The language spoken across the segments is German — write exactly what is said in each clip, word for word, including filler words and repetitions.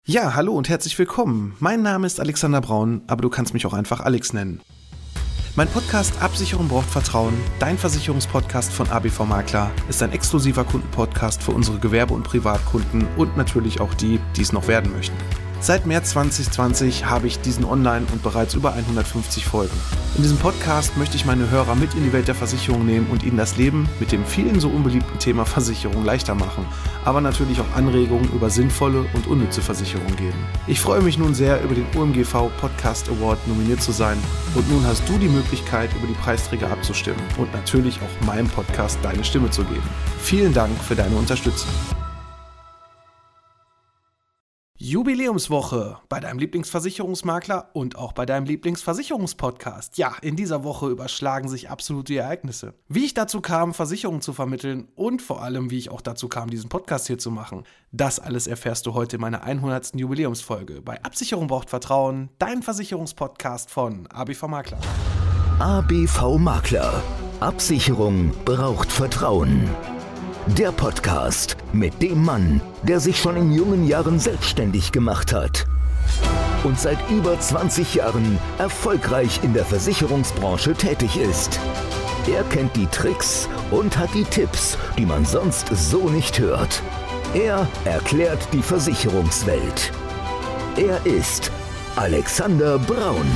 Ja, hallo und herzlich willkommen. Mein Name ist Alexander Braun, aber du kannst mich auch einfach Alex nennen. Mein Podcast Absicherung braucht Vertrauen, dein Versicherungspodcast von A B V Makler, ist ein exklusiver Kundenpodcast für unsere Gewerbe- und Privatkunden und natürlich auch die, die es noch werden möchten. Seit März zwanzig zwanzig habe ich diesen online und bereits über hundertfünfzig Folgen. In diesem Podcast möchte ich meine Hörer mit in die Welt der Versicherung nehmen und ihnen das Leben mit dem vielen so unbeliebten Thema Versicherung leichter machen, aber natürlich auch Anregungen über sinnvolle und unnütze Versicherung geben. Ich freue mich nun sehr, über den O M G V Podcast Award nominiert zu sein und nun hast du die Möglichkeit, über die Preisträger abzustimmen und natürlich auch meinem Podcast deine Stimme zu geben. Vielen Dank für deine Unterstützung. Jubiläumswoche bei deinem Lieblingsversicherungsmakler und auch bei deinem Lieblingsversicherungspodcast. Ja, in dieser Woche überschlagen sich absolut die Ereignisse. Wie ich dazu kam, Versicherungen zu vermitteln und vor allem, wie ich auch dazu kam, diesen Podcast hier zu machen, das alles erfährst du heute in meiner hundertsten Jubiläumsfolge bei Absicherung braucht Vertrauen, dein Versicherungspodcast von A B V Makler. A B V Makler. Absicherung braucht Vertrauen. Der Podcast mit dem Mann, der sich schon in jungen Jahren selbstständig gemacht hat und seit über zwanzig Jahren erfolgreich in der Versicherungsbranche tätig ist. Er kennt die Tricks und hat die Tipps, die man sonst so nicht hört. Er erklärt die Versicherungswelt. Er ist Alexander Braun.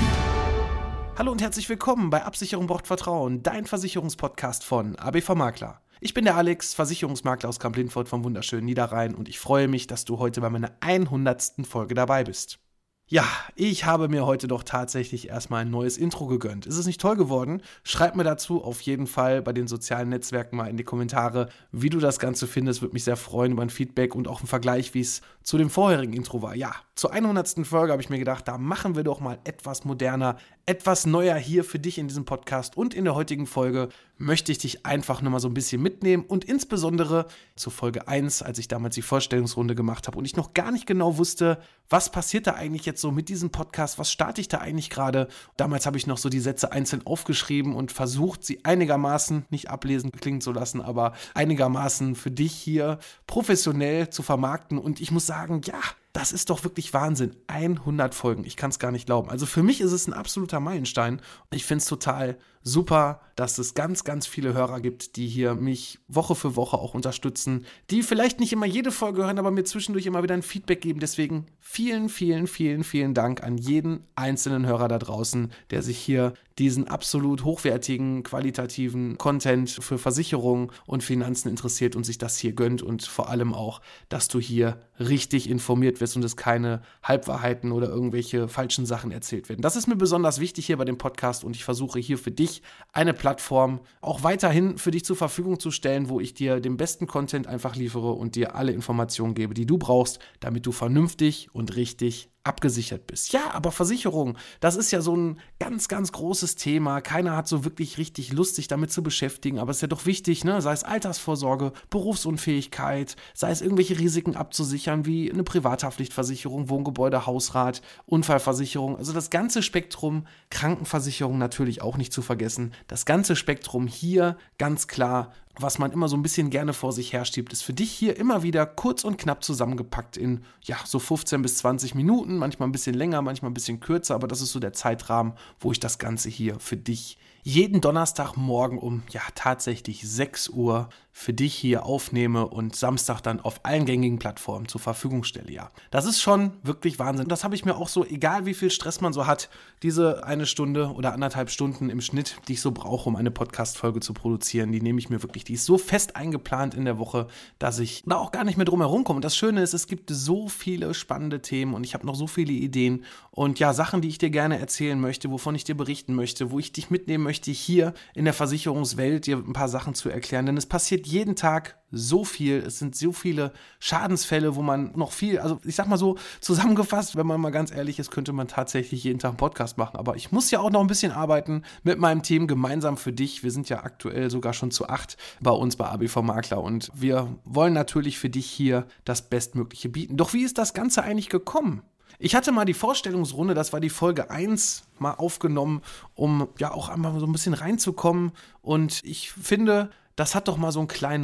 Hallo und herzlich willkommen bei Absicherung braucht Vertrauen, dein Versicherungspodcast von A B V Makler. Ich bin der Alex, Versicherungsmakler aus Kamp-Lindfort vom wunderschönen Niederrhein und ich freue mich, dass du heute bei meiner hundertsten Folge dabei bist. Ja, ich habe mir heute doch tatsächlich erstmal ein neues Intro gegönnt. Ist es nicht toll geworden? Schreib mir dazu auf jeden Fall bei den sozialen Netzwerken mal in die Kommentare, wie du das Ganze findest. Würde mich sehr freuen über ein Feedback und auch einen Vergleich, wie es zu dem vorherigen Intro war. Ja, zur hundertsten Folge habe ich mir gedacht, da machen wir doch mal etwas moderner, etwas neuer hier für dich in diesem Podcast. Und in der heutigen Folge möchte ich dich einfach nochmal so ein bisschen mitnehmen und insbesondere zur Folge eins, als ich damals die Vorstellungsrunde gemacht habe und ich noch gar nicht genau wusste, was passiert da eigentlich jetzt so mit diesem Podcast, was starte ich da eigentlich gerade. Damals habe ich noch so die Sätze einzeln aufgeschrieben und versucht, sie einigermaßen, nicht ablesen klingen zu lassen, aber einigermaßen für dich hier professionell zu vermarkten. Und ich muss sagen, ja, das ist doch wirklich Wahnsinn. hundert Folgen, ich kann es gar nicht glauben. Also für mich ist es ein absoluter Meilenstein. Ich finde es total super, dass es ganz, ganz viele Hörer gibt, die hier mich Woche für Woche auch unterstützen, die vielleicht nicht immer jede Folge hören, aber mir zwischendurch immer wieder ein Feedback geben. Deswegen vielen, vielen, vielen, vielen Dank an jeden einzelnen Hörer da draußen, der sich hier diesen absolut hochwertigen, qualitativen Content für Versicherungen und Finanzen interessiert und sich das hier gönnt und vor allem auch, dass du hier richtig informiert wirst und es keine Halbwahrheiten oder irgendwelche falschen Sachen erzählt werden. Das ist mir besonders wichtig hier bei dem Podcast und ich versuche hier für dich eine Plattform auch weiterhin für dich zur Verfügung zu stellen, wo ich dir den besten Content einfach liefere und dir alle Informationen gebe, die du brauchst, damit du vernünftig und richtig abgesichert bist. Ja, aber Versicherung, das ist ja so ein ganz, ganz großes Thema. Keiner hat so wirklich richtig Lust, sich damit zu beschäftigen, aber es ist ja doch wichtig, ne? Sei es Altersvorsorge, Berufsunfähigkeit, sei es irgendwelche Risiken abzusichern, wie eine Privathaftpflichtversicherung, Wohngebäude, Hausrat, Unfallversicherung, also das ganze Spektrum, Krankenversicherung natürlich auch nicht zu vergessen. Das ganze Spektrum hier ganz klar, was man immer so ein bisschen gerne vor sich herschiebt, ist für dich hier immer wieder kurz und knapp zusammengepackt in, ja, so fünfzehn bis zwanzig Minuten, manchmal ein bisschen länger, manchmal ein bisschen kürzer, aber das ist so der Zeitrahmen, wo ich das Ganze hier für dich jeden Donnerstagmorgen um, ja, tatsächlich sechs Uhr für dich hier aufnehme und Samstag dann auf allen gängigen Plattformen zur Verfügung stelle, ja. Das ist schon wirklich Wahnsinn. Das habe ich mir auch so, egal wie viel Stress man so hat, diese eine Stunde oder anderthalb Stunden im Schnitt, die ich so brauche, um eine Podcast-Folge zu produzieren, die nehme ich mir wirklich, die ist so fest eingeplant in der Woche, dass ich da auch gar nicht mehr drum herum komme. Und das Schöne ist, es gibt so viele spannende Themen und ich habe noch so viele Ideen und ja, Sachen, die ich dir gerne erzählen möchte, wovon ich dir berichten möchte, wo ich dich mitnehmen möchte, hier in der Versicherungswelt dir ein paar Sachen zu erklären, denn es passiert jeden Tag so viel, es sind so viele Schadensfälle, wo man noch viel, also ich sag mal so zusammengefasst, wenn man mal ganz ehrlich ist, könnte man tatsächlich jeden Tag einen Podcast machen, aber ich muss ja auch noch ein bisschen arbeiten mit meinem Team gemeinsam für dich. Wir sind ja aktuell sogar schon zu acht bei uns bei A B V Makler und wir wollen natürlich für dich hier das Bestmögliche bieten. Doch wie ist das Ganze eigentlich gekommen? Ich hatte mal die Vorstellungsrunde, das war die Folge eins, mal aufgenommen, um ja auch einmal so ein bisschen reinzukommen und ich finde, das hat doch mal so ein kleines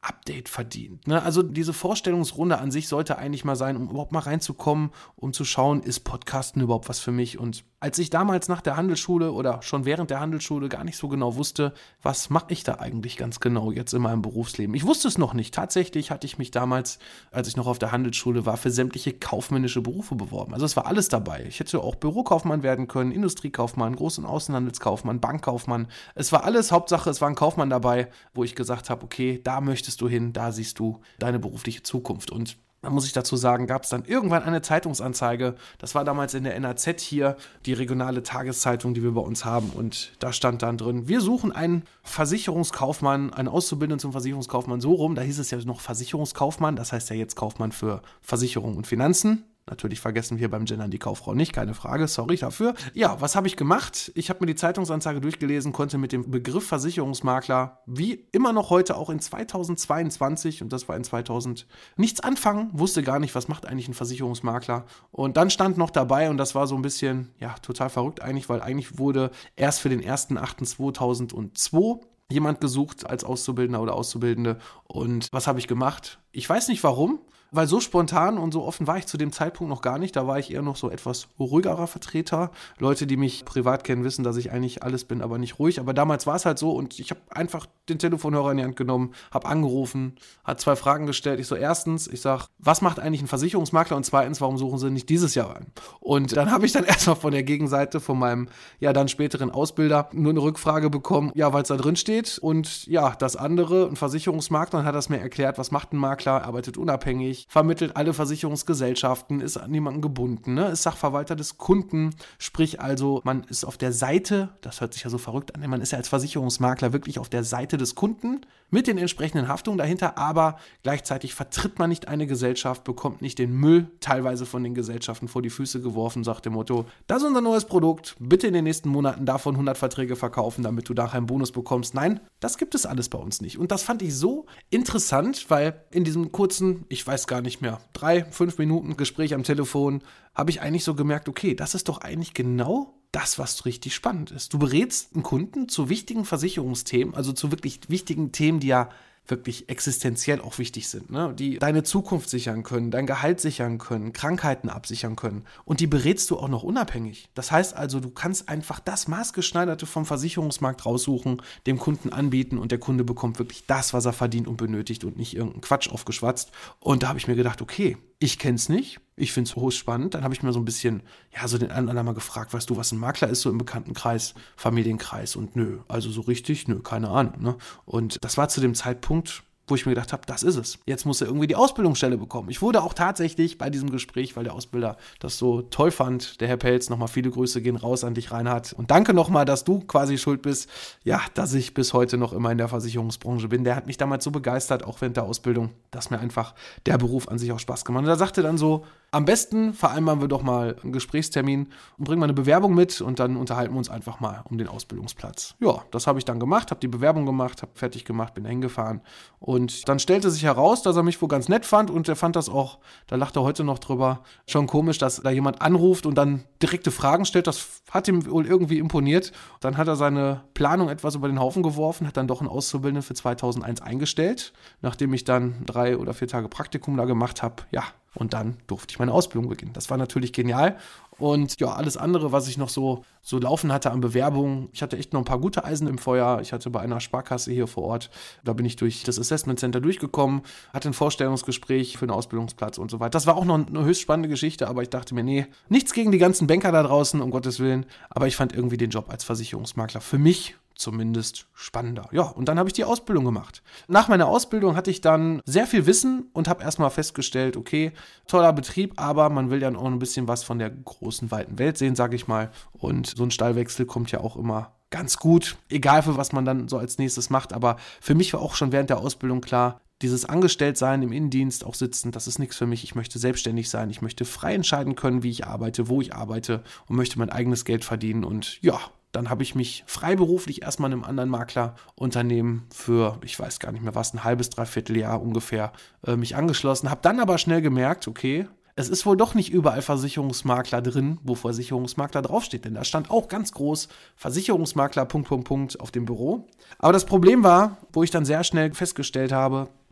Update verdient. Ne? Also diese Vorstellungsrunde an sich sollte eigentlich mal sein, um überhaupt mal reinzukommen, um zu schauen, ist Podcasten überhaupt was für mich? Und als ich damals nach der Handelsschule oder schon während der Handelsschule gar nicht so genau wusste, was mache ich da eigentlich ganz genau jetzt in meinem Berufsleben? Ich wusste es noch nicht. Tatsächlich hatte ich mich damals, als ich noch auf der Handelsschule war, für sämtliche kaufmännische Berufe beworben. Also es war alles dabei. Ich hätte auch Bürokaufmann werden können, Industriekaufmann, Groß- und Außenhandelskaufmann, Bankkaufmann. Es war alles, Hauptsache es war ein Kaufmann dabei, wo ich gesagt habe, okay, da möchtest du hin, da siehst du deine berufliche Zukunft. Und da muss ich dazu sagen, gab es dann irgendwann eine Zeitungsanzeige, das war damals in der N A Z hier, die regionale Tageszeitung, die wir bei uns haben, und da stand dann drin, wir suchen einen Versicherungskaufmann, einen Auszubildenden zum Versicherungskaufmann, so rum, da hieß es ja noch Versicherungskaufmann, das heißt ja jetzt Kaufmann für Versicherung und Finanzen. Natürlich vergessen wir beim Gendern die Kauffrau nicht, keine Frage, sorry dafür. Ja, was habe ich gemacht? Ich habe mir die Zeitungsanzeige durchgelesen, konnte mit dem Begriff Versicherungsmakler wie immer noch heute auch in zweitausendzweiundzwanzig, und das war in zweitausend, nichts anfangen, wusste gar nicht, was macht eigentlich ein Versicherungsmakler. Und dann stand noch dabei, und das war so ein bisschen, ja, total verrückt eigentlich, weil eigentlich wurde erst für den ersten achten zweitausendzwei jemand gesucht als Auszubildender oder Auszubildende. Und was habe ich gemacht? Ich weiß nicht warum, weil so spontan und so offen war ich zu dem Zeitpunkt noch gar nicht. Da war ich eher noch so etwas ruhigerer Vertreter. Leute, die mich privat kennen, wissen, dass ich eigentlich alles bin, aber nicht ruhig. Aber damals war es halt so, und ich habe einfach den Telefonhörer in die Hand genommen, habe angerufen, hat zwei Fragen gestellt. Ich so, erstens, ich sage, was macht eigentlich ein Versicherungsmakler? Und zweitens, warum suchen sie nicht dieses Jahr an? Und dann habe ich dann erstmal von der Gegenseite, von meinem ja dann späteren Ausbilder, nur eine Rückfrage bekommen, ja, weil es da drin steht. Und ja, das andere, ein Versicherungsmakler, dann hat er es mir erklärt, was macht ein Makler, arbeitet unabhängig, vermittelt alle Versicherungsgesellschaften, ist an niemanden gebunden, ne? Ist Sachverwalter des Kunden, sprich also, man ist auf der Seite, das hört sich ja so verrückt an, man ist ja als Versicherungsmakler wirklich auf der Seite des Kunden mit den entsprechenden Haftungen dahinter, aber gleichzeitig vertritt man nicht eine Gesellschaft, bekommt nicht den Müll teilweise von den Gesellschaften vor die Füße geworfen, sagt dem Motto, das ist unser neues Produkt, bitte in den nächsten Monaten davon hundert Verträge verkaufen, damit du nachher einen Bonus bekommst. Nein, das gibt es alles bei uns nicht. Und das fand ich so interessant, weil in diesem kurzen, ich weiß gar nicht mehr, drei, fünf Minuten Gespräch am Telefon, habe ich eigentlich so gemerkt, okay, das ist doch eigentlich genau das, was richtig spannend ist. Du berätst einen Kunden zu wichtigen Versicherungsthemen, also zu wirklich wichtigen Themen, die ja wirklich existenziell auch wichtig sind, ne? Die deine Zukunft sichern können, dein Gehalt sichern können, Krankheiten absichern können. Und die berätst du auch noch unabhängig. Das heißt also, du kannst einfach das Maßgeschneiderte vom Versicherungsmarkt raussuchen, dem Kunden anbieten, und der Kunde bekommt wirklich das, was er verdient und benötigt, und nicht irgendeinen Quatsch aufgeschwatzt. Und da habe ich mir gedacht, okay, ich kenne es nicht, ich finde es hoch spannend. Dann habe ich mir so ein bisschen, ja, so den einen oder anderen mal gefragt, weißt du, was ein Makler ist, so im Bekanntenkreis, Familienkreis, und nö, also so richtig, nö, keine Ahnung, ne? Und das war zu dem Zeitpunkt, wo ich mir gedacht habe, das ist es. Jetzt muss er irgendwie die Ausbildungsstelle bekommen. Ich wurde auch tatsächlich bei diesem Gespräch, weil der Ausbilder das so toll fand, der Herr Pelz, nochmal viele Grüße gehen raus an dich, Reinhard. Und danke nochmal, dass du quasi schuld bist, ja, dass ich bis heute noch immer in der Versicherungsbranche bin. Der hat mich damals so begeistert, auch während der Ausbildung, dass mir einfach der Beruf an sich auch Spaß gemacht hat. Und er sagte dann so, am besten vereinbaren wir doch mal einen Gesprächstermin und bringen mal eine Bewerbung mit, und dann unterhalten wir uns einfach mal um den Ausbildungsplatz. Ja, das habe ich dann gemacht, habe die Bewerbung gemacht, habe fertig gemacht, bin da hingefahren, und dann stellte sich heraus, dass er mich wohl ganz nett fand, und er fand das auch, da lacht er heute noch drüber, schon komisch, dass da jemand anruft und dann direkte Fragen stellt. Das hat ihm wohl irgendwie imponiert. Dann hat er seine Planung etwas über den Haufen geworfen, hat dann doch einen Auszubildenden für zweitausendeins eingestellt, nachdem ich dann drei oder vier Tage Praktikum da gemacht habe. Ja, und dann durfte ich meine Ausbildung beginnen. Das war natürlich genial. Und ja, alles andere, was ich noch so, so laufen hatte an Bewerbungen, ich hatte echt noch ein paar gute Eisen im Feuer. Ich hatte bei einer Sparkasse hier vor Ort, da bin ich durch das Assessment Center durchgekommen, hatte ein Vorstellungsgespräch für einen Ausbildungsplatz und so weiter. Das war auch noch eine höchst spannende Geschichte, aber ich dachte mir, nee, nichts gegen die ganzen Banker da draußen, um Gottes Willen. Aber ich fand irgendwie den Job als Versicherungsmakler für mich zumindest spannender. Ja, und dann habe ich die Ausbildung gemacht. Nach meiner Ausbildung hatte ich dann sehr viel Wissen und habe erstmal festgestellt, okay, toller Betrieb, aber man will ja auch ein bisschen was von der großen, weiten Welt sehen, sage ich mal. Und so ein Stallwechsel kommt ja auch immer ganz gut, egal für was man dann so als nächstes macht. Aber für mich war auch schon während der Ausbildung klar, dieses Angestelltsein im Innendienst, auch sitzen, das ist nichts für mich. Ich möchte selbstständig sein, ich möchte frei entscheiden können, wie ich arbeite, wo ich arbeite, und möchte mein eigenes Geld verdienen. Und ja, dann habe ich mich freiberuflich erstmal in einem anderen Maklerunternehmen für, ich weiß gar nicht mehr was, ein halbes, dreiviertel Jahr ungefähr äh, mich angeschlossen. Habe dann aber schnell gemerkt, okay, es ist wohl doch nicht überall Versicherungsmakler drin, wo Versicherungsmakler draufsteht. Denn da stand auch ganz groß Versicherungsmakler, Punkt, Punkt, Punkt auf dem Büro. Aber das Problem war, wo ich dann sehr schnell festgestellt habe,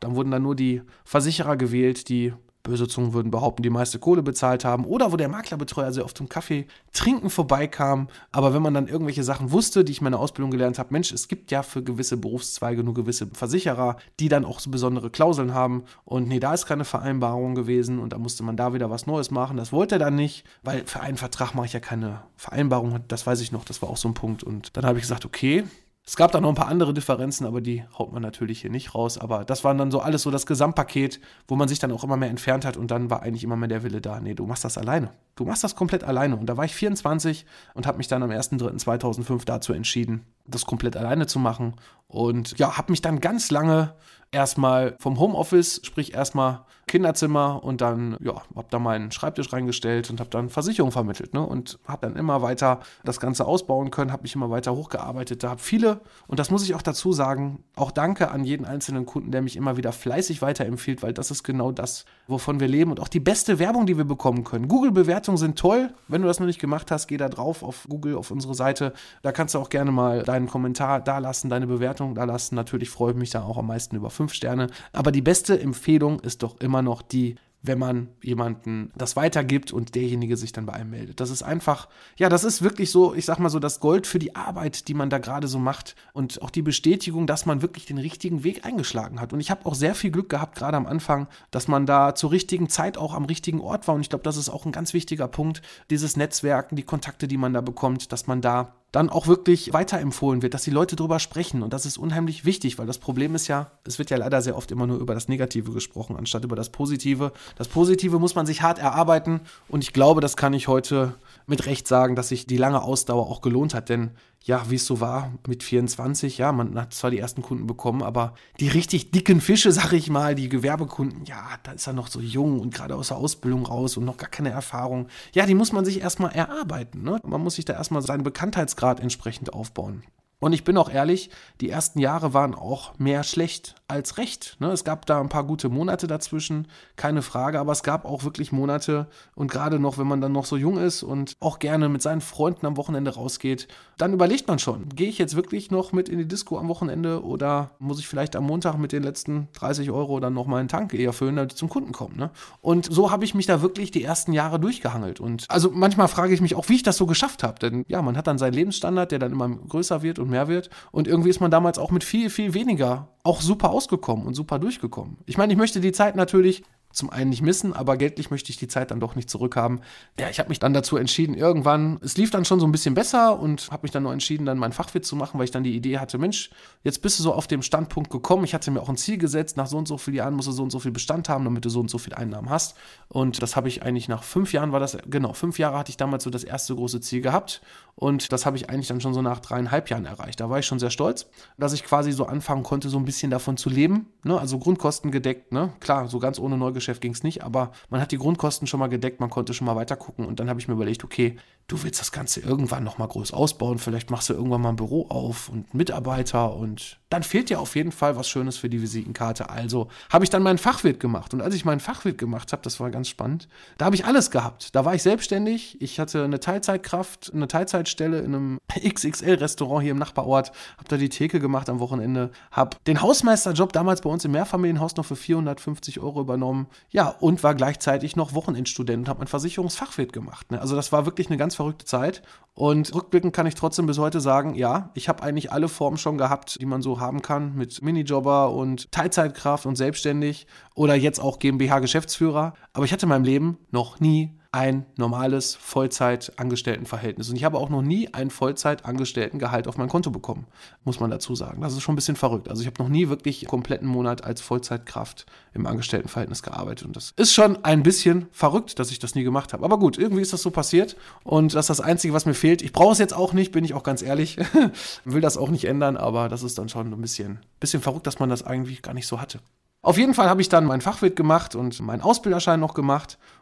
Dann wurden dann nur die Versicherer gewählt, die, böse Zungen würden behaupten, die meiste Kohle bezahlt haben oder wo der Maklerbetreuer sehr oft zum Kaffee trinken vorbeikam. Aber wenn man dann irgendwelche Sachen wusste, die ich in meiner Ausbildung gelernt habe, Mensch, es gibt ja für gewisse Berufszweige nur gewisse Versicherer, die dann auch so besondere Klauseln haben. Und nee, da ist keine Vereinbarung gewesen und da musste man da wieder was Neues machen. Das wollte er dann nicht, weil für einen Vertrag mache ich ja keine Vereinbarung. Das weiß ich noch, das war auch so ein Punkt. Und dann habe ich gesagt, okay. Es gab da noch ein paar andere Differenzen, aber die haut man natürlich hier nicht raus. Aber das waren dann so alles so das Gesamtpaket, wo man sich dann auch immer mehr entfernt hat und dann war eigentlich immer mehr der Wille da. Nee, du machst das alleine. Du machst das komplett alleine. Und da war ich vierundzwanzig und habe mich dann am erster dritter zweitausendfünf dazu entschieden, das komplett alleine zu machen. Und ja, habe mich dann ganz lange erstmal vom Homeoffice, sprich erstmal Kinderzimmer und dann, ja, habe da meinen Schreibtisch reingestellt und habe dann Versicherung vermittelt, ne? Und habe dann immer weiter das Ganze ausbauen können, habe mich immer weiter hochgearbeitet. Da habe viele, und das muss ich auch dazu sagen, auch danke an jeden einzelnen Kunden, der mich immer wieder fleißig weiterempfiehlt, weil das ist genau das, wovon wir leben und auch die beste Werbung, die wir bekommen können. Google-Bewertungen sind toll. Wenn du das noch nicht gemacht hast, geh da drauf auf Google, auf unsere Seite. Da kannst du auch gerne mal deinen Kommentar da lassen, deine Bewertung da lassen. Natürlich freue ich mich da auch am meisten über fünf Sterne. Aber die beste Empfehlung ist doch immer noch die, wenn man jemanden das weitergibt und derjenige sich dann bei einem meldet. Das ist einfach, ja, das ist wirklich so, ich sag mal so, das Gold für die Arbeit, die man da gerade so macht und auch die Bestätigung, dass man wirklich den richtigen Weg eingeschlagen hat. Und ich habe auch sehr viel Glück gehabt, gerade am Anfang, dass man da zur richtigen Zeit auch am richtigen Ort war. Und ich glaube, das ist auch ein ganz wichtiger Punkt, dieses Netzwerken, die Kontakte, die man da bekommt, dass man da dann auch wirklich weiterempfohlen wird, dass die Leute drüber sprechen. Und das ist unheimlich wichtig, weil das Problem ist ja, es wird ja leider sehr oft immer nur über das Negative gesprochen, anstatt über das Positive. Das Positive muss man sich hart erarbeiten und ich glaube, das kann ich heute mit Recht sagen, dass sich die lange Ausdauer auch gelohnt hat, denn ja, wie es so war mit vierundzwanzig, ja, man hat zwar die ersten Kunden bekommen, aber die richtig dicken Fische, sag ich mal, die Gewerbekunden, ja, da ist er noch so jung und gerade aus der Ausbildung raus und noch gar keine Erfahrung. Ja, die muss man sich erstmal erarbeiten, ne? Man muss sich da erstmal seinen Bekanntheitsgrad entsprechend aufbauen. Und ich bin auch ehrlich, die ersten Jahre waren auch mehr schlecht als recht. Ne? Es gab da ein paar gute Monate dazwischen, keine Frage, aber es gab auch wirklich Monate und gerade noch, wenn man dann noch so jung ist und auch gerne mit seinen Freunden am Wochenende rausgeht, dann überlegt man schon, gehe ich jetzt wirklich noch mit in die Disco am Wochenende oder muss ich vielleicht am Montag mit den letzten dreißig Euro dann noch mal einen Tank eher füllen, damit ich zum Kunden komme. Ne? Und so habe ich mich da wirklich die ersten Jahre durchgehangelt. Und also manchmal frage ich mich auch, wie ich das so geschafft habe, denn ja, man hat dann seinen Lebensstandard, der dann immer größer wird und mehr wird. Und irgendwie ist man damals auch mit viel, viel weniger auch super ausgekommen und super durchgekommen. Ich meine, ich möchte die Zeit natürlich zum einen nicht missen, aber geldlich möchte ich die Zeit dann doch nicht zurückhaben. Ja, ich habe mich dann dazu entschieden, irgendwann, es lief dann schon so ein bisschen besser und habe mich dann noch entschieden, dann meinen Fachwirt zu machen, weil ich dann die Idee hatte, Mensch, jetzt bist du so auf dem Standpunkt gekommen, ich hatte mir auch ein Ziel gesetzt, nach so und so vielen Jahren musst du so und so viel Bestand haben, damit du so und so viel Einnahmen hast. Und das habe ich eigentlich nach fünf Jahren, war das, genau, fünf Jahre hatte ich damals so das erste große Ziel gehabt und das habe ich eigentlich dann schon so nach dreieinhalb Jahren erreicht. Da war ich schon sehr stolz, dass ich quasi so anfangen konnte, so ein bisschen davon zu leben, ne? Also Grundkosten gedeckt, ne? Klar, so ganz ohne Neugeschäft ging es nicht, aber man hat die Grundkosten schon mal gedeckt, man konnte schon mal weiter gucken und dann habe ich mir überlegt, okay, du willst das Ganze irgendwann nochmal groß ausbauen, vielleicht machst du irgendwann mal ein Büro auf und Mitarbeiter und dann fehlt dir auf jeden Fall was Schönes für die Visitenkarte. Also habe ich dann meinen Fachwirt gemacht und als ich meinen Fachwirt gemacht habe, das war ganz spannend, da habe ich alles gehabt. Da war ich selbstständig, ich hatte eine Teilzeitkraft, eine Teilzeitstelle in einem X X L-Restaurant hier im Nachbarort, habe da die Theke gemacht am Wochenende, habe den Hausmeisterjob damals bei uns im Mehrfamilienhaus noch für vierhundertfünfzig Euro übernommen, ja, und war gleichzeitig noch Wochenendstudent und habe mein Versicherungsfachwirt gemacht. Ne? Also das war wirklich eine ganz verrückte Zeit und rückblickend kann ich trotzdem bis heute sagen, ja, ich habe eigentlich alle Formen schon gehabt, die man so haben kann mit Minijobber und Teilzeitkraft und selbstständig oder jetzt auch GmbH-Geschäftsführer, aber ich hatte in meinem Leben noch nie ein normales Vollzeit-Angestelltenverhältnis. Und ich habe auch noch nie ein Vollzeit-Angestelltengehalt auf mein Konto bekommen, muss man dazu sagen. Das ist schon ein bisschen verrückt. Also ich habe noch nie wirklich einen kompletten Monat als Vollzeitkraft im Angestelltenverhältnis gearbeitet. Und das ist schon ein bisschen verrückt, dass ich das nie gemacht habe. Aber gut, irgendwie ist das so passiert. Und das ist das Einzige, was mir fehlt. Ich brauche es jetzt auch nicht, bin ich auch ganz ehrlich. Will das auch nicht ändern, aber das ist dann schon ein bisschen, bisschen verrückt, dass man das eigentlich gar nicht so hatte. Auf jeden Fall habe ich dann meinen Fachwirt gemacht und meinen Ausbilderschein noch gemacht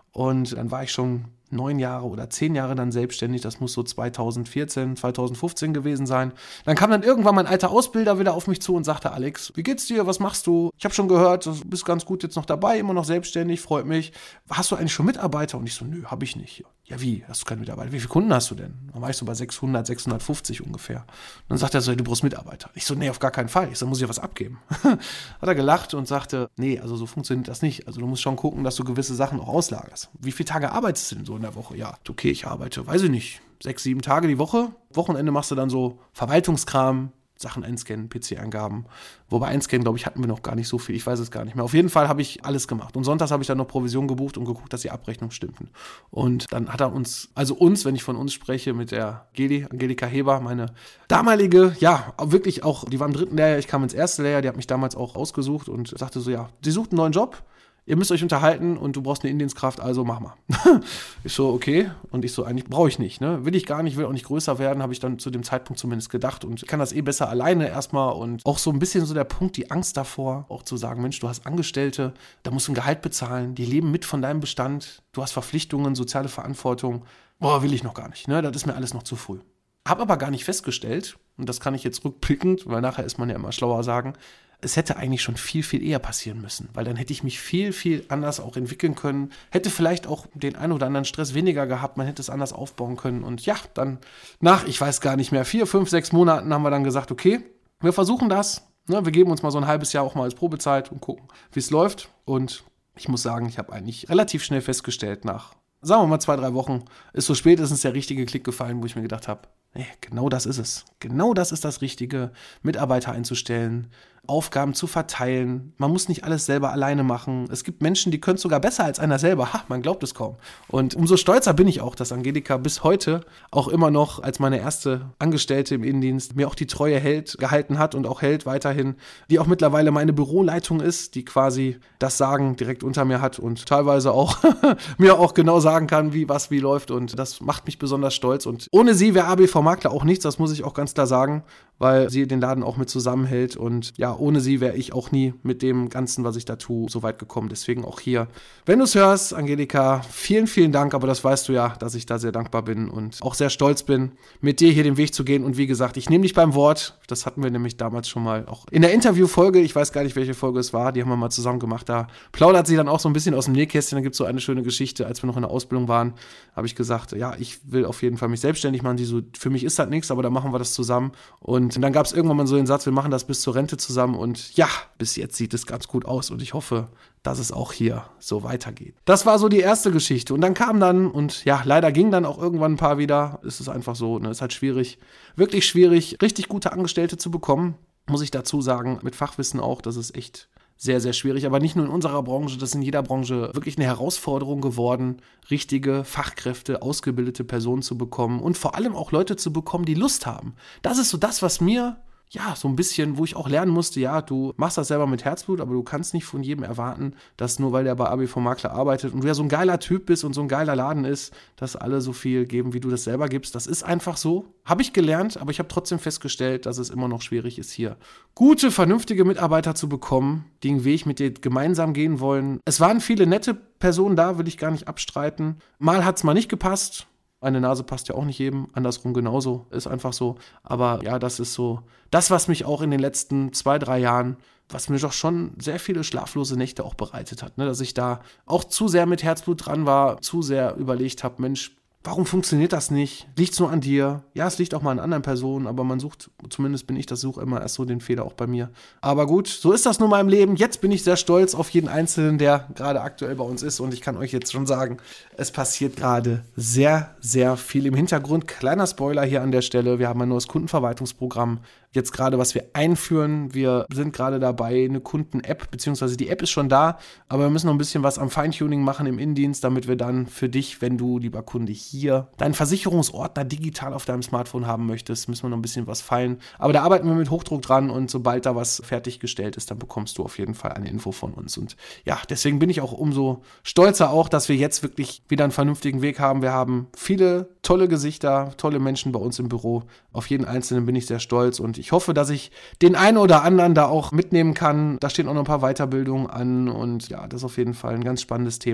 Und dann war ich schon neun Jahre oder zehn Jahre dann selbstständig. Das muss so zweitausendvierzehn, zweitausendfünfzehn gewesen sein. Dann kam dann irgendwann mein alter Ausbilder wieder auf mich zu und sagte, Alex, wie geht's dir? Was machst du? Ich habe schon gehört, du bist ganz gut jetzt noch dabei, immer noch selbstständig, freut mich. Hast du eigentlich schon Mitarbeiter? Und ich so, nö, habe ich nicht. Ja, wie? Hast du keine Mitarbeiter? Wie viele Kunden hast du denn? Dann war ich so bei sechshundert, sechshundertfünfzig ungefähr. Und dann sagt er so, du brauchst Mitarbeiter. Ich so, nee, auf gar keinen Fall. Ich so, muss ich ja was abgeben. Hat er gelacht und sagte, nee, also so funktioniert das nicht. Also du musst schon gucken, dass du gewisse Sachen auch auslagerst. Wie viele Tage arbeitest du denn so in der Woche? Ja, okay, ich arbeite, weiß ich nicht, sechs, sieben Tage die Woche. Wochenende machst du dann so Verwaltungskram, Sachen einscannen, P C-Eingaben. Wobei einscannen, glaube ich, hatten wir noch gar nicht so viel. Ich weiß es gar nicht mehr. Auf jeden Fall habe ich alles gemacht. Und sonntags habe ich dann noch Provision gebucht und geguckt, dass die Abrechnungen stimmten. Und dann hat er uns, also uns, wenn ich von uns spreche, mit der Geli, Angelika Heber, meine damalige, ja, wirklich auch, die war im dritten Lehrjahr, ich kam ins erste Lehrjahr, die hat mich damals auch ausgesucht und sagte so, ja, sie sucht einen neuen Job. Ihr müsst euch unterhalten und du brauchst eine Indienstkraft, also mach mal. Ich so, okay. Und ich so, eigentlich brauche ich nicht, ne? Will ich gar nicht, will auch nicht größer werden, habe ich dann zu dem Zeitpunkt zumindest gedacht. Und ich kann das eh besser alleine erstmal. Und auch so ein bisschen so der Punkt, die Angst davor, auch zu sagen, Mensch, du hast Angestellte, da musst du ein Gehalt bezahlen, die leben mit von deinem Bestand, du hast Verpflichtungen, soziale Verantwortung. Boah, will ich noch gar nicht, ne? Das ist mir alles noch zu früh. Hab aber gar nicht festgestellt, und das kann ich jetzt rückblickend, weil nachher ist man ja immer schlauer sagen, es hätte eigentlich schon viel, viel eher passieren müssen, weil dann hätte ich mich viel, viel anders auch entwickeln können, hätte vielleicht auch den einen oder anderen Stress weniger gehabt, man hätte es anders aufbauen können und ja, dann nach, ich weiß gar nicht mehr, vier, fünf, sechs Monaten haben wir dann gesagt, okay, wir versuchen das, ne, wir geben uns mal so ein halbes Jahr auch mal als Probezeit und gucken, wie es läuft und ich muss sagen, ich habe eigentlich relativ schnell festgestellt, nach, sagen wir mal zwei, drei Wochen, ist so spätestens der richtige Klick gefallen, wo ich mir gedacht habe, nee, genau das ist es. Genau das ist das Richtige, Mitarbeiter einzustellen, Aufgaben zu verteilen. Man muss nicht alles selber alleine machen. Es gibt Menschen, die können es sogar besser als einer selber. Ha, man glaubt es kaum. Und umso stolzer bin ich auch, dass Angelika bis heute auch immer noch als meine erste Angestellte im Innendienst mir auch die Treue hält, gehalten hat und auch hält weiterhin, die auch mittlerweile meine Büroleitung ist, die quasi das Sagen direkt unter mir hat und teilweise auch mir auch genau sagen kann, wie was wie läuft. Und das macht mich besonders stolz. Und ohne sie wäre A B V Makler auch nichts, das muss ich auch ganz klar sagen, weil sie den Laden auch mit zusammenhält und ja, ohne sie wäre ich auch nie mit dem Ganzen, was ich da tue, so weit gekommen. Deswegen auch hier, wenn du es hörst, Angelika, vielen, vielen Dank, aber das weißt du ja, dass ich da sehr dankbar bin und auch sehr stolz bin, mit dir hier den Weg zu gehen und wie gesagt, ich nehme dich beim Wort, das hatten wir nämlich damals schon mal auch in der Interviewfolge, ich weiß gar nicht, welche Folge es war, die haben wir mal zusammen gemacht, da plaudert sie dann auch so ein bisschen aus dem Nähkästchen, da gibt es so eine schöne Geschichte, als wir noch in der Ausbildung waren, habe ich gesagt, ja, ich will auf jeden Fall mich selbstständig machen, die so, für mich ist das nichts, aber da machen wir das zusammen und Und dann gab es irgendwann mal so den Satz, wir machen das bis zur Rente zusammen und ja, bis jetzt sieht es ganz gut aus und ich hoffe, dass es auch hier so weitergeht. Das war so die erste Geschichte und dann kam dann und ja, leider ging dann auch irgendwann ein paar wieder. Es ist einfach so, ne, es ist halt schwierig, wirklich schwierig, richtig gute Angestellte zu bekommen, muss ich dazu sagen, mit Fachwissen auch, das ist echt sehr, sehr schwierig, aber nicht nur in unserer Branche, das ist in jeder Branche wirklich eine Herausforderung geworden, richtige Fachkräfte, ausgebildete Personen zu bekommen und vor allem auch Leute zu bekommen, die Lust haben. Das ist so das, was mir, ja, so ein bisschen, wo ich auch lernen musste, ja, du machst das selber mit Herzblut, aber du kannst nicht von jedem erwarten, dass nur weil der bei A B V Makler arbeitet und du ja so ein geiler Typ bist und so ein geiler Laden ist, dass alle so viel geben, wie du das selber gibst. Das ist einfach so. Habe ich gelernt, aber ich habe trotzdem festgestellt, dass es immer noch schwierig ist, hier gute, vernünftige Mitarbeiter zu bekommen, die den Weg mit dir gemeinsam gehen wollen. Es waren viele nette Personen da, will ich gar nicht abstreiten. Mal hat es mal nicht gepasst. Eine Nase passt ja auch nicht jedem, andersrum genauso, ist einfach so. Aber ja, das ist so das, was mich auch in den letzten zwei, drei Jahren, was mir doch schon sehr viele schlaflose Nächte auch bereitet hat, ne? Dass ich da auch zu sehr mit Herzblut dran war, zu sehr überlegt habe, Mensch, warum funktioniert das nicht? Liegt es nur an dir? Ja, es liegt auch mal an anderen Personen, aber man sucht, zumindest bin ich das, suche immer erst so den Fehler auch bei mir. Aber gut, so ist das nun mal im Leben. Jetzt bin ich sehr stolz auf jeden Einzelnen, der gerade aktuell bei uns ist und ich kann euch jetzt schon sagen, es passiert gerade sehr, sehr viel im Hintergrund. Kleiner Spoiler hier an der Stelle, wir haben ein neues Kundenverwaltungsprogramm jetzt gerade, was wir einführen. Wir sind gerade dabei, eine Kunden-App, beziehungsweise die App ist schon da, aber wir müssen noch ein bisschen was am Feintuning machen im Innendienst, damit wir dann für dich, wenn du, lieber Kunde, hier deinen Versicherungsordner digital auf deinem Smartphone haben möchtest, müssen wir noch ein bisschen was feilen. Aber da arbeiten wir mit Hochdruck dran und sobald da was fertiggestellt ist, dann bekommst du auf jeden Fall eine Info von uns. Und ja, deswegen bin ich auch umso stolzer auch, dass wir jetzt wirklich wieder einen vernünftigen Weg haben. Wir haben viele tolle Gesichter, tolle Menschen bei uns im Büro. Auf jeden Einzelnen bin ich sehr stolz und ich hoffe, dass ich den einen oder anderen da auch mitnehmen kann. Da stehen auch noch ein paar Weiterbildungen an und ja, das ist auf jeden Fall ein ganz spannendes Thema.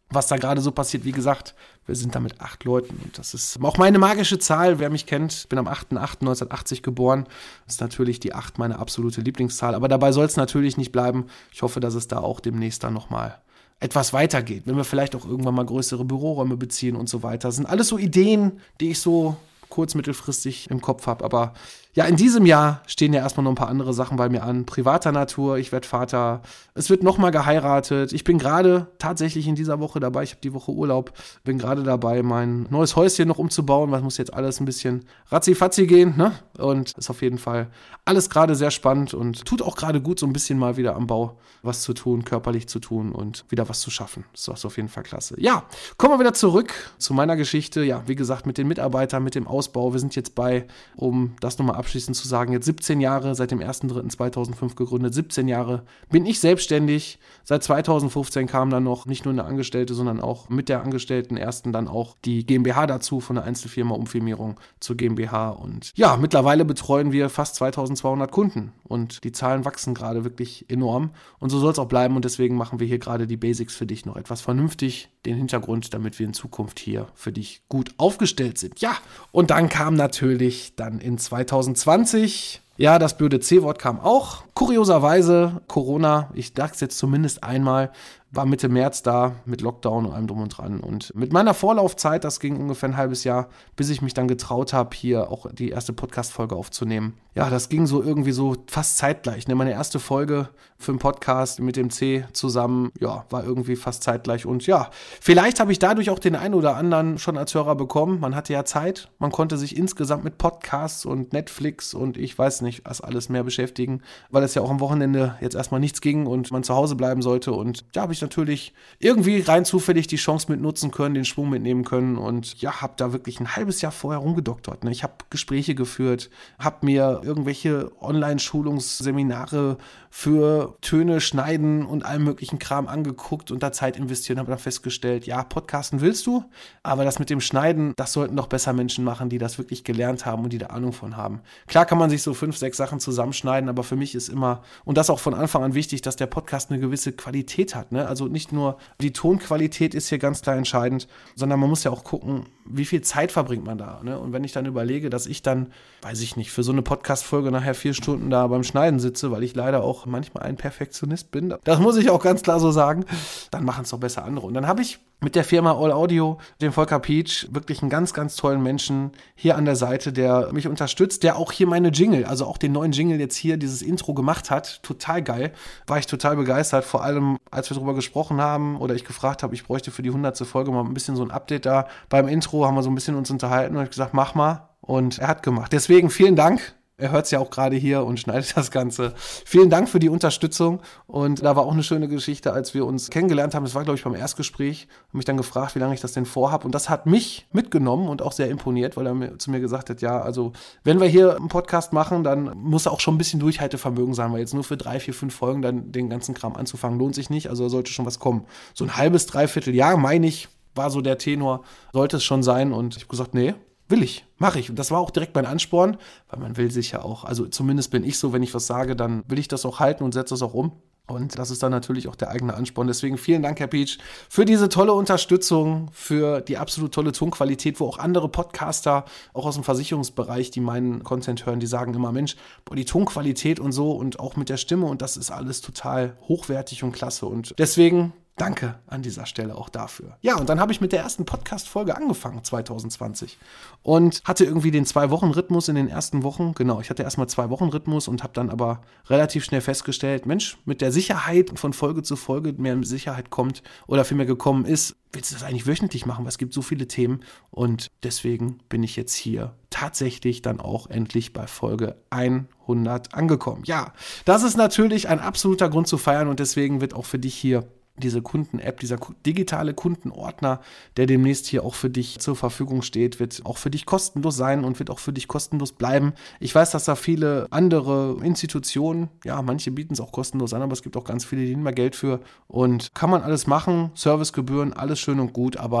was da gerade so passiert. Wie gesagt, wir sind da mit acht Leuten und das ist auch meine magische Zahl. Wer mich kennt, ich bin am achter achter neunzehnhundertachtzig geboren. Das ist natürlich die acht meine absolute Lieblingszahl. Aber dabei soll es natürlich nicht bleiben. Ich hoffe, dass es da auch demnächst dann nochmal etwas weitergeht. Wenn wir vielleicht auch irgendwann mal größere Büroräume beziehen und so weiter. Das sind alles so Ideen, die ich so kurz-, mittelfristig im Kopf habe. Aber ja, in diesem Jahr stehen ja erstmal noch ein paar andere Sachen bei mir an. Privater Natur, ich werde Vater. Es wird nochmal geheiratet. Ich bin gerade tatsächlich in dieser Woche dabei. Ich habe die Woche Urlaub. Bin gerade dabei, mein neues Häuschen noch umzubauen. Was muss jetzt alles ein bisschen ratzi-fatzi gehen, ne? Und ist auf jeden Fall alles gerade sehr spannend und tut auch gerade gut, so ein bisschen mal wieder am Bau was zu tun, körperlich zu tun und wieder was zu schaffen. Das ist auf jeden Fall klasse. Ja, kommen wir wieder zurück zu meiner Geschichte. Ja, wie gesagt, mit den Mitarbeitern, mit dem Ausbau. Wir sind jetzt bei, um das nochmal abschließend zu sagen, jetzt siebzehn Jahre, seit dem erster dritter zweitausendfünf gegründet, siebzehn Jahre bin ich selbstständig. Seit zweitausendfünfzehn kam dann noch nicht nur eine Angestellte, sondern auch mit der Angestellten ersten dann auch die GmbH dazu, von der Einzelfirma Umfirmierung zur GmbH. Und ja, mittlerweile betreuen wir fast zweitausendzweihundert Kunden und die Zahlen wachsen gerade wirklich enorm und so soll es auch bleiben und deswegen machen wir hier gerade die Basics für dich noch etwas vernünftig, den Hintergrund, damit wir in Zukunft hier für dich gut aufgestellt sind. Ja, und dann kam natürlich dann in zweitausendzwanzig, ja, das blöde C-Wort kam auch. Kurioserweise Corona, ich dachte es jetzt zumindest einmal, war Mitte März da mit Lockdown und allem drum und dran. Und mit meiner Vorlaufzeit, das ging ungefähr ein halbes Jahr, bis ich mich dann getraut habe, hier auch die erste Podcast-Folge aufzunehmen. Ja, das ging so irgendwie so fast zeitgleich. Ne? Meine erste Folge für einen Podcast mit dem C zusammen, ja, war irgendwie fast zeitgleich. Und ja, vielleicht habe ich dadurch auch den einen oder anderen schon als Hörer bekommen. Man hatte ja Zeit, man konnte sich insgesamt mit Podcasts und Netflix und ich weiß nicht, was alles mehr beschäftigen, weil es ja auch am Wochenende jetzt erstmal nichts ging und man zu Hause bleiben sollte. Und ja, habe ich natürlich irgendwie rein zufällig die Chance mit nutzen können, den Schwung mitnehmen können und ja, habe da wirklich ein halbes Jahr vorher rumgedoktert. Ne? Ich habe Gespräche geführt, habe mir irgendwelche Online-Schulungsseminare für Töne schneiden und allem möglichen Kram angeguckt und da Zeit investiert und habe dann festgestellt, ja, Podcasten willst du, aber das mit dem Schneiden, das sollten doch besser Menschen machen, die das wirklich gelernt haben und die da Ahnung von haben. Klar kann man sich so fünf, sechs Sachen zusammenschneiden, aber für mich ist immer, und das auch von Anfang an wichtig, dass der Podcast eine gewisse Qualität hat. Ne? Also nicht nur die Tonqualität ist hier ganz klar entscheidend, sondern man muss ja auch gucken, wie viel Zeit verbringt man da. Ne? Und wenn ich dann überlege, dass ich dann, weiß ich nicht, für so eine Podcast-Folge nachher vier Stunden da beim Schneiden sitze, weil ich leider auch manchmal ein Perfektionist bin, das muss ich auch ganz klar so sagen, dann machen es doch besser andere. Und dann habe ich mit der Firma All Audio, dem Volker Pietsch, wirklich einen ganz, ganz tollen Menschen hier an der Seite, der mich unterstützt, der auch hier meine Jingle, also auch den neuen Jingle jetzt hier, dieses Intro gemacht hat. Total geil. War ich total begeistert. Vor allem, als wir darüber gesprochen haben oder ich gefragt habe, ich bräuchte für die hundertste Folge mal ein bisschen so ein Update da. Beim Intro haben wir so ein bisschen uns unterhalten und ich gesagt, mach mal. Und er hat gemacht. Deswegen vielen Dank. Er hört es ja auch gerade hier und schneidet das Ganze. Vielen Dank für die Unterstützung. Und da war auch eine schöne Geschichte, als wir uns kennengelernt haben. Das war, glaube ich, beim Erstgespräch. Habe mich dann gefragt, wie lange ich das denn vorhabe. Und das hat mich mitgenommen und auch sehr imponiert, weil er mir, zu mir gesagt hat, ja, also wenn wir hier einen Podcast machen, dann muss auch schon ein bisschen Durchhaltevermögen sein, weil jetzt nur für drei, vier, fünf Folgen dann den ganzen Kram anzufangen, lohnt sich nicht. Also da sollte schon was kommen. So ein halbes, dreiviertel Jahr, meine ich, war so der Tenor, sollte es schon sein. Und ich habe gesagt, nee, will ich, mache ich. Und das war auch direkt mein Ansporn, weil man will sich ja auch, also zumindest bin ich so, wenn ich was sage, dann will ich das auch halten und setze das auch um. Und das ist dann natürlich auch der eigene Ansporn. Deswegen vielen Dank, Herr Pietsch, für diese tolle Unterstützung, für die absolut tolle Tonqualität, wo auch andere Podcaster, auch aus dem Versicherungsbereich, die meinen Content hören, die sagen immer, Mensch, boah, die Tonqualität und so und auch mit der Stimme und das ist alles total hochwertig und klasse. Und deswegen danke an dieser Stelle auch dafür. Ja, und dann habe ich mit der ersten Podcast-Folge angefangen, zwanzig zwanzig. Und hatte irgendwie den Zwei-Wochen-Rhythmus in den ersten Wochen. Genau, ich hatte erstmal Zwei-Wochen-Rhythmus und habe dann aber relativ schnell festgestellt, Mensch, mit der Sicherheit von Folge zu Folge mehr Sicherheit kommt oder vielmehr gekommen ist, willst du das eigentlich wöchentlich machen? Weil es gibt so viele Themen. Und deswegen bin ich jetzt hier tatsächlich dann auch endlich bei Folge hundert angekommen. Ja, das ist natürlich ein absoluter Grund zu feiern und deswegen wird auch für dich hier diese Kunden-App, dieser digitale Kundenordner, der demnächst hier auch für dich zur Verfügung steht, wird auch für dich kostenlos sein und wird auch für dich kostenlos bleiben. Ich weiß, dass da viele andere Institutionen, ja, manche bieten es auch kostenlos an, aber es gibt auch ganz viele, die nehmen mal Geld für und kann man alles machen, Servicegebühren, alles schön und gut, aber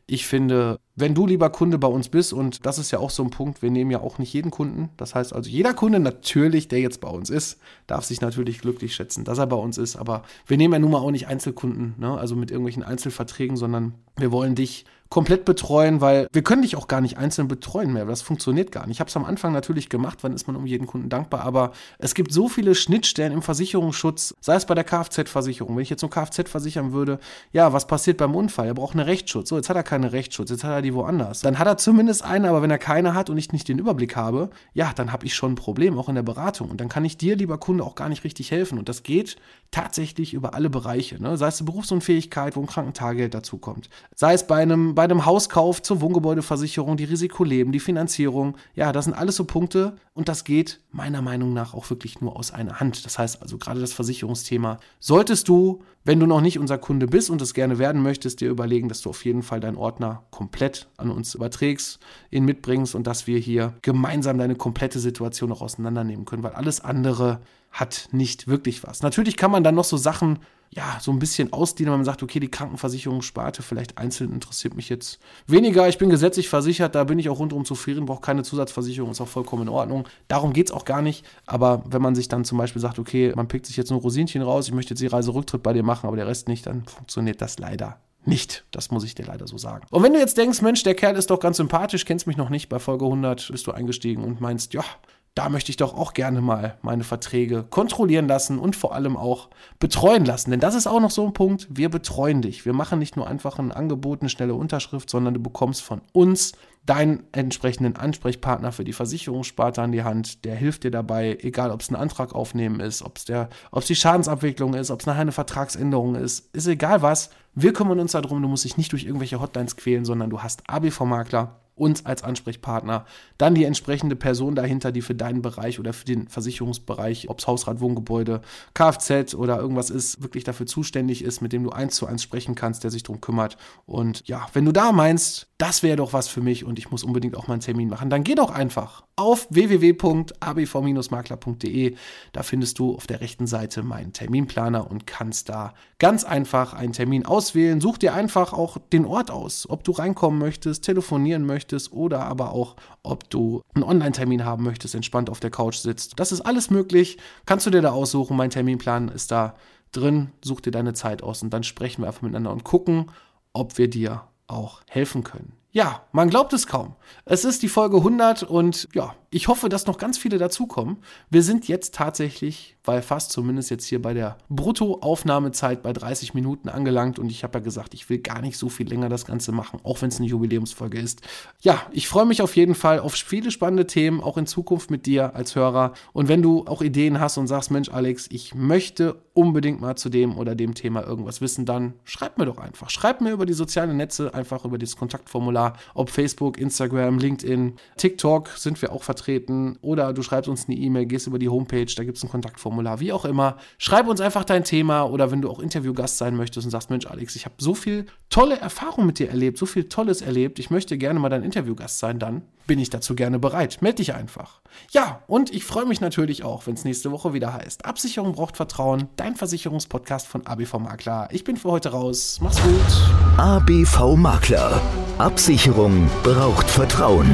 Ich finde, wenn du, lieber Kunde, bei uns bist, und das ist ja auch so ein Punkt, wir nehmen ja auch nicht jeden Kunden, das heißt also jeder Kunde natürlich, der jetzt bei uns ist, darf sich natürlich glücklich schätzen, dass er bei uns ist, aber wir nehmen ja nun mal auch nicht Einzelkunden, ne? Also mit irgendwelchen Einzelverträgen, sondern wir wollen dich komplett betreuen, weil wir können dich auch gar nicht einzeln betreuen mehr, das funktioniert gar nicht. Ich habe es am Anfang natürlich gemacht, wann ist man um jeden Kunden dankbar, aber es gibt so viele Schnittstellen im Versicherungsschutz, sei es bei der Kfz-Versicherung, wenn ich jetzt so Kfz versichern würde, ja, was passiert beim Unfall? Er braucht einen Rechtsschutz, so, jetzt hat er keinen Rechtsschutz, jetzt hat er die woanders. Dann hat er zumindest einen, aber wenn er keine hat und ich nicht den Überblick habe, ja, dann habe ich schon ein Problem, auch in der Beratung, und dann kann ich dir, lieber Kunde, auch gar nicht richtig helfen, und das geht tatsächlich über alle Bereiche, ne? Sei es die Berufsunfähigkeit, wo ein Krankentagegeld dazu kommt, sei es bei einem, bei einem Hauskauf zur Wohngebäudeversicherung, die Risikoleben, die Finanzierung, ja, das sind alles so Punkte, und das geht meiner Meinung nach auch wirklich nur aus einer Hand. Das heißt also gerade das Versicherungsthema solltest du, wenn du noch nicht unser Kunde bist und es gerne werden möchtest, dir überlegen, dass du auf jeden Fall deinen Ordner komplett an uns überträgst, ihn mitbringst und dass wir hier gemeinsam deine komplette Situation auch auseinandernehmen können, weil alles andere hat nicht wirklich was. Natürlich kann man dann noch so Sachen, ja, so ein bisschen ausdehnen, wenn man sagt, okay, die Krankenversicherungssparte vielleicht einzeln interessiert mich jetzt weniger. Ich bin gesetzlich versichert, da bin ich auch rundum zufrieden, brauche keine Zusatzversicherung, ist auch vollkommen in Ordnung. Darum geht es auch gar nicht. Aber wenn man sich dann zum Beispiel sagt, okay, man pickt sich jetzt nur Rosinchen raus, ich möchte jetzt die Reiserücktritt bei dir machen, aber der Rest nicht, dann funktioniert das leider nicht. Das muss ich dir leider so sagen. Und wenn du jetzt denkst, Mensch, der Kerl ist doch ganz sympathisch, kennst mich noch nicht, bei Folge hundert bist du eingestiegen und meinst, ja, da möchte ich doch auch gerne mal meine Verträge kontrollieren lassen und vor allem auch betreuen lassen. Denn das ist auch noch so ein Punkt, wir betreuen dich. Wir machen nicht nur einfach ein Angebot, eine schnelle Unterschrift, sondern du bekommst von uns deinen entsprechenden Ansprechpartner für die Versicherungssparte an die Hand. Der hilft dir dabei, egal ob es ein Antrag aufnehmen ist, ob es der, ob es die Schadensabwicklung ist, ob es nachher eine Vertragsänderung ist, ist egal was. Wir kümmern uns darum, du musst dich nicht durch irgendwelche Hotlines quälen, sondern du hast A B V-Makler, uns als Ansprechpartner, dann die entsprechende Person dahinter, die für deinen Bereich oder für den Versicherungsbereich, ob es Hausrat, Wohngebäude, Kfz oder irgendwas ist, wirklich dafür zuständig ist, mit dem du eins zu eins sprechen kannst, der sich darum kümmert. Und ja, wenn du da meinst, das wäre doch was für mich und ich muss unbedingt auch mal einen Termin machen, dann geh doch einfach auf w w w punkt a b v makler punkt d e. Da findest du auf der rechten Seite meinen Terminplaner und kannst da ganz einfach einen Termin auswählen. Such dir einfach auch den Ort aus, ob du reinkommen möchtest, telefonieren möchtest oder aber auch, ob du einen Online-Termin haben möchtest, entspannt auf der Couch sitzt. Das ist alles möglich, kannst du dir da aussuchen. Mein Terminplan ist da drin, such dir deine Zeit aus und dann sprechen wir einfach miteinander und gucken, ob wir dir auch helfen können. Ja, man glaubt es kaum. Es ist die Folge hundert und ja, ich hoffe, dass noch ganz viele dazukommen. Wir sind jetzt tatsächlich, weil fast zumindest jetzt hier bei der Bruttoaufnahmezeit bei dreißig Minuten angelangt und ich habe ja gesagt, ich will gar nicht so viel länger das Ganze machen, auch wenn es eine Jubiläumsfolge ist. Ja, ich freue mich auf jeden Fall auf viele spannende Themen, auch in Zukunft mit dir als Hörer. Und wenn du auch Ideen hast und sagst, Mensch Alex, ich möchte unbedingt mal zu dem oder dem Thema irgendwas wissen, dann schreib mir doch einfach. Schreib mir über die sozialen Netze, einfach über das Kontaktformular, ob Facebook, Instagram, LinkedIn, TikTok sind wir auch vertreten oder du schreibst uns eine E-Mail, gehst über die Homepage, da gibt es ein Kontaktformular, wie auch immer. Schreib uns einfach dein Thema oder wenn du auch Interviewgast sein möchtest und sagst, Mensch Alex, ich habe so viel tolle Erfahrungen mit dir erlebt, so viel Tolles erlebt, ich möchte gerne mal dein Interviewgast sein, dann bin ich dazu gerne bereit. Meld dich einfach. Ja, und ich freue mich natürlich auch, wenn es nächste Woche wieder heißt, Absicherung braucht Vertrauen, dein Versicherungspodcast von A B V Makler. Ich bin für heute raus. Mach's gut. A B V Makler. Absicherung braucht Vertrauen.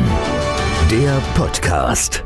Der Podcast.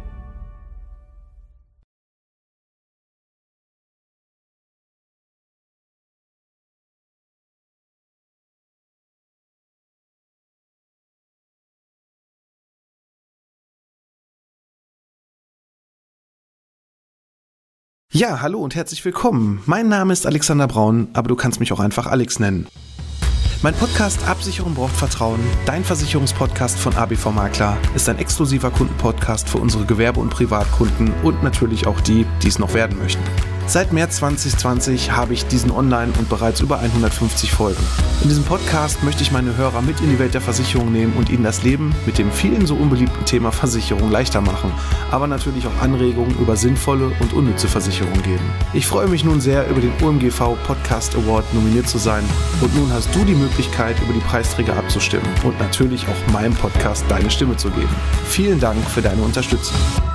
Ja, hallo und herzlich willkommen. Mein Name ist Alexander Braun, aber du kannst mich auch einfach Alex nennen. Mein Podcast Absicherung braucht Vertrauen, dein Versicherungspodcast von A B V Makler, ist ein exklusiver Kundenpodcast für unsere Gewerbe- und Privatkunden und natürlich auch die, die es noch werden möchten. Seit März zwanzig zwanzig habe ich diesen online und bereits über hundertfünfzig Folgen. In diesem Podcast möchte ich meine Hörer mit in die Welt der Versicherung nehmen und ihnen das Leben mit dem vielen so unbeliebten Thema Versicherung leichter machen, aber natürlich auch Anregungen über sinnvolle und unnütze Versicherung geben. Ich freue mich nun sehr, über den O M G V Podcast Award nominiert zu sein und nun hast du die Möglichkeit, über die Preisträger abzustimmen und natürlich auch meinem Podcast deine Stimme zu geben. Vielen Dank für deine Unterstützung.